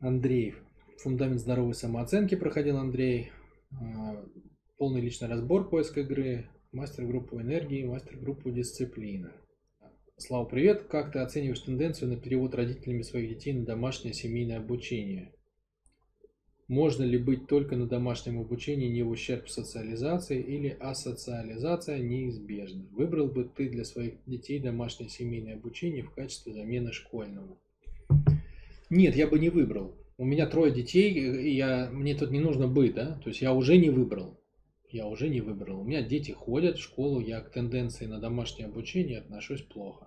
Андрей. Фундамент здоровой самооценки проходил Андрей. Полный личный разбор, поиск игры, мастер-группу энергии, мастер-группу дисциплина. Слава, привет. Как ты оцениваешь тенденцию на перевод родителями своих детей на домашнее семейное обучение? Можно ли быть только на домашнем обучении не в ущерб социализации или асоциализация неизбежна? Выбрал бы ты для своих детей домашнее семейное обучение в качестве замены школьному? Нет, я бы не выбрал. У меня 3 детей, и мне тут не нужно быть, да? То есть я уже не выбрал. Я уже не выбрал. У меня дети ходят в школу, я к тенденции на домашнее обучение отношусь плохо.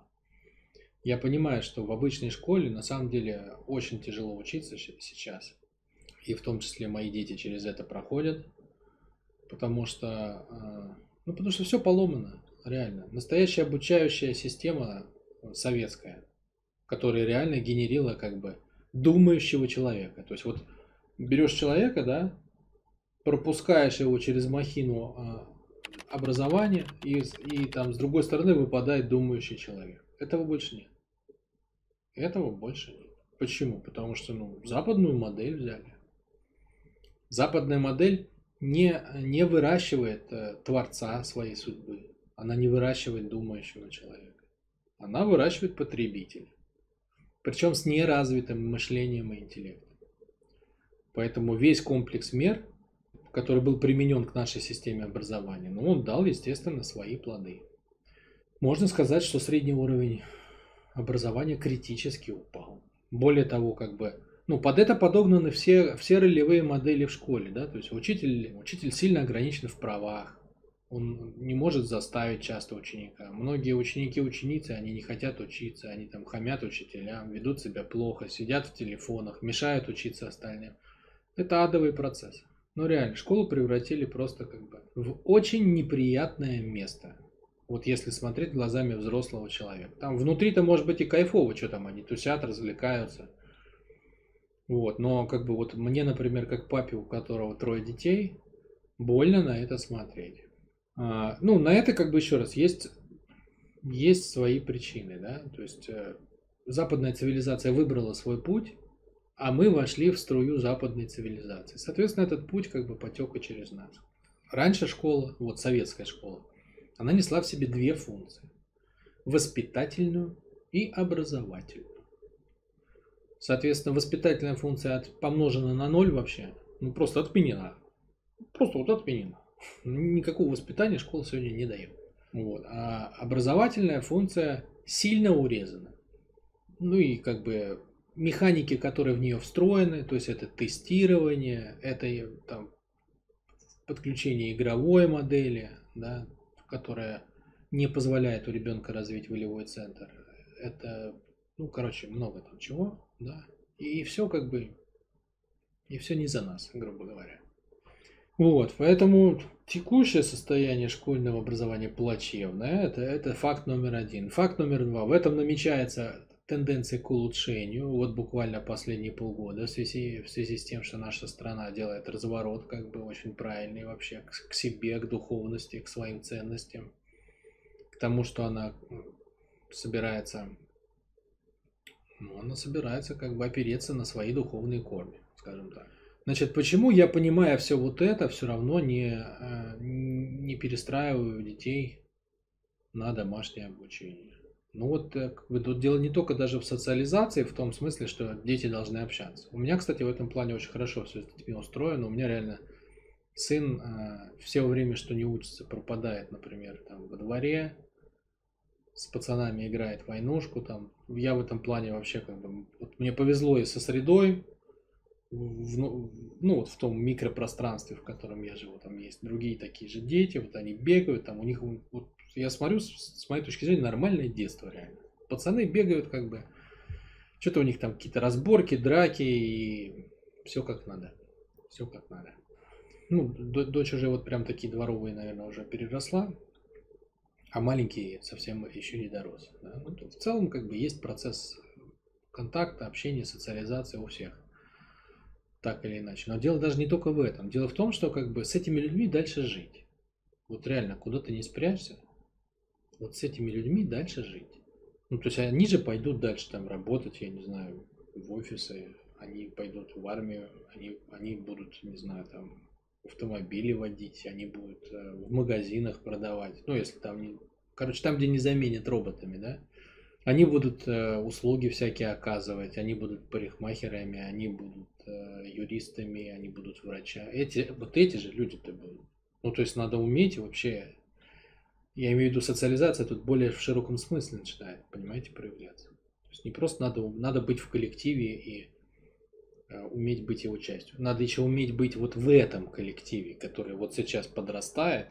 Я понимаю, что в обычной школе на самом деле очень тяжело учиться сейчас. И в том числе мои дети через это проходят, потому что, потому что все поломано, реально. Настоящая обучающая система советская, которая реально генерила как бы думающего человека. То есть вот берешь человека, да, пропускаешь его через махину образования, и там с другой стороны выпадает думающий человек. Этого больше нет. Этого больше нет. Почему? Потому что западную модель взяли. Западная модель не выращивает творца своей судьбы. Она не выращивает думающего человека. Она выращивает потребителя. Причем с неразвитым мышлением и интеллектом. Поэтому весь комплекс мер, который был применен к нашей системе образования, он дал, естественно, свои плоды. Можно сказать, что средний уровень образования критически упал. Более того, под это подогнаны все ролевые модели в школе, да, то есть учитель сильно ограничен в правах, он не может заставить часто ученика. Многие ученики, ученицы, они не хотят учиться, они там хамят учителям, ведут себя плохо, сидят в телефонах, мешают учиться остальным. Это адовый процесс. Но реально, школу превратили просто в очень неприятное место. Вот если смотреть глазами взрослого человека. Там внутри-то может быть и кайфово, что там они тусят, развлекаются. Вот, но мне, например, как папе, у которого 3 детей, больно на это смотреть. На это еще раз есть свои причины, да, то есть западная цивилизация выбрала свой путь, а мы вошли в струю западной цивилизации. Соответственно, этот путь потек и через нас. Раньше школа, вот советская школа, она несла в себе 2 функции. Воспитательную и образовательную. Соответственно, воспитательная функция помножена на 0 вообще, просто отменена. Просто вот отменена. Никакого воспитания школа сегодня не дает. Вот. А образовательная функция сильно урезана. И механики, которые в нее встроены, то есть это тестирование, это там подключение игровой модели, да, которая не позволяет у ребенка развить волевой центр. Это, много там чего, да. И все и все не за нас, грубо говоря. Вот, поэтому текущее состояние школьного образования плачевное, это факт номер 1. Факт номер 2. В этом намечается тенденция к улучшению. Вот буквально последние полгода в связи с тем, что наша страна делает разворот очень правильный вообще к себе, к духовности, к своим ценностям, к тому, что она собирается опереться на свои духовные корни, скажем так. Значит, почему я, понимая все вот это, все равно не перестраиваю детей на домашнее обучение? Тут дело не только даже в социализации, в том смысле, что дети должны общаться. У меня, кстати, в этом плане очень хорошо все с детьми устроено. У меня реально сын все время, что не учится, пропадает, например, там во дворе, с пацанами играет в войнушку. Я в этом плане вообще вот мне повезло и со средой, в том микропространстве, в котором я живу, там есть другие такие же дети, вот они бегают, там у них, вот я смотрю, с моей точки зрения, нормальное детство реально. Пацаны бегают что-то у них там какие-то разборки, драки, и все как надо. Все как надо. Дочь уже вот прям такие дворовые, наверное, уже переросла, а маленький совсем еще не дорос. Да? В целом есть процесс контакта, общения, социализации у всех. Так или иначе. Но дело даже не только в этом. Дело в том, что с этими людьми дальше жить. Вот реально, куда ты не спрячься, вот с этими людьми дальше жить. То есть они же пойдут дальше там работать, я не знаю, в офисы, они пойдут в армию, они будут, не знаю, там автомобили водить, они будут в магазинах продавать, ну, если там не... Короче, там, где не заменят роботами, да? Они будут услуги всякие оказывать, они будут парикмахерами, они будут юристами, они будут врачами. Вот эти же люди-то будут. Ну, то есть надо уметь вообще, я имею в виду социализация тут более в широком смысле начинает, понимаете, проявляться. То есть не просто надо быть в коллективе и уметь быть его частью. Надо еще уметь быть вот в этом коллективе, который вот сейчас подрастает.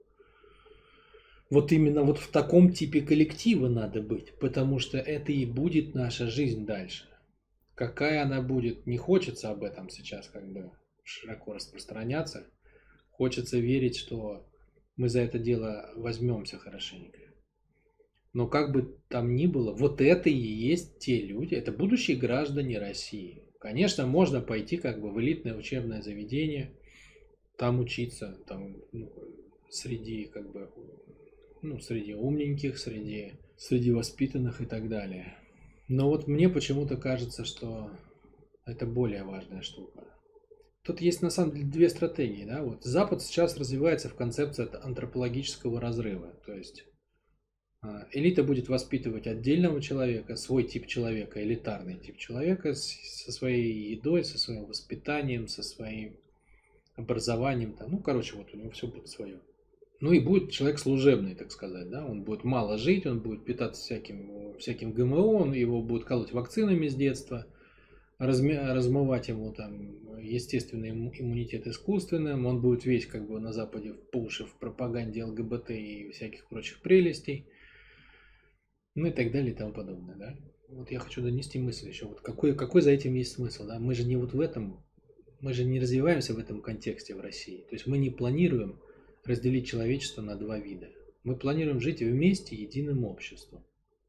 Вот именно вот в таком типе коллектива надо быть, потому что это и будет наша жизнь дальше. Какая она будет, не хочется об этом сейчас как бы широко распространяться. Хочется верить, что мы за это дело возьмемся хорошенько. Но как бы там ни было, вот это и есть те люди, это будущие граждане России. Конечно, можно пойти как бы в элитное учебное заведение, там учиться, там среди как бы среди умненьких, среди воспитанных и так далее. Но вот мне почему-то кажется, что это более важная штука. Тут есть на самом деле две стратегии. Да? Вот Запад сейчас развивается в концепции антропологического разрыва. То есть элита будет воспитывать отдельного человека, свой тип человека, элитарный тип человека со своей едой, со своим воспитанием, со своим образованием. Там. Ну, короче, вот у него все будет свое. Ну и будет человек служебный, так сказать, да, он будет мало жить, он будет питаться всяким ГМО, его будут колоть вакцинами с детства, размывать ему там естественный иммунитет искусственным, он будет весь как бы на Западе по уши в пропаганде ЛГБТ и всяких прочих прелестей, ну и так далее и тому подобное, да. Вот я хочу донести мысль еще, вот какой за этим есть смысл, да, мы же не вот в этом, мы же не развиваемся в этом контексте в России, то есть мы не планируем разделить человечество на два вида. Мы планируем жить вместе единым обществом.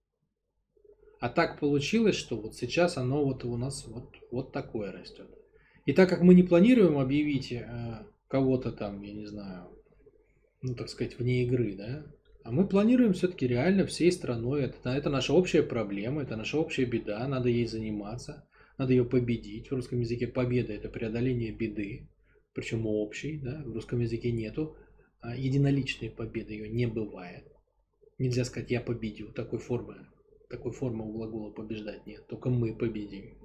А так получилось, что вот сейчас оно вот у нас вот такое растет. И так как мы не планируем объявить кого-то там, я не знаю, ну так сказать, вне игры, да, а мы планируем все-таки реально всей страной. Это наша общая проблема, это наша общая беда, надо ей заниматься, надо ее победить. В русском языке победа – это преодоление беды, причем общей, да, в русском языке нету единоличной победы, ее не бывает. Нельзя сказать «я победил», такой формы у глагола «побеждать» нет, только мы победим.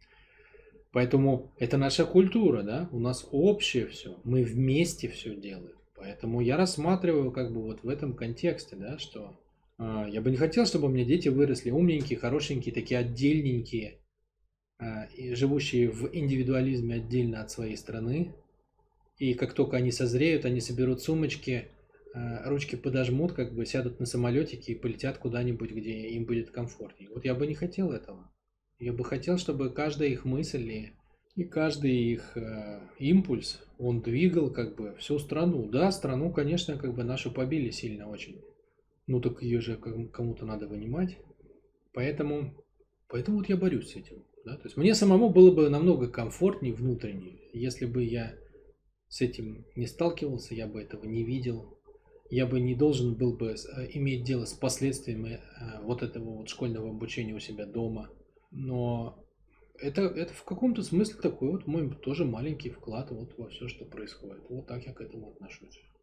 Поэтому это наша культура, да, у нас общее все, мы вместе все делаем. Поэтому я рассматриваю как бы вот в этом контексте, да, что я бы не хотел, чтобы у меня дети выросли умненькие, хорошенькие, такие отдельненькие, и живущие в индивидуализме отдельно от своей страны. И как только они созреют, они соберут сумочки, ручки подожмут, как бы сядут на самолетики и полетят куда-нибудь, где им будет комфортнее. Вот я бы не хотел этого. Я бы хотел, чтобы каждая их мысль и каждый их импульс, он двигал как бы всю страну. Да, страну, конечно, как бы нашу побили сильно очень. Ну так ее же кому-то надо вынимать. Поэтому вот я борюсь с этим. Да? То есть мне самому было бы намного комфортнее внутренне, если бы я с этим не сталкивался, я бы этого не видел. Я бы не должен был бы иметь дело с последствиями вот этого вот школьного обучения у себя дома. Но это в каком-то смысле такой вот мой тоже маленький вклад вот во все, что происходит. Вот так я к этому отношусь.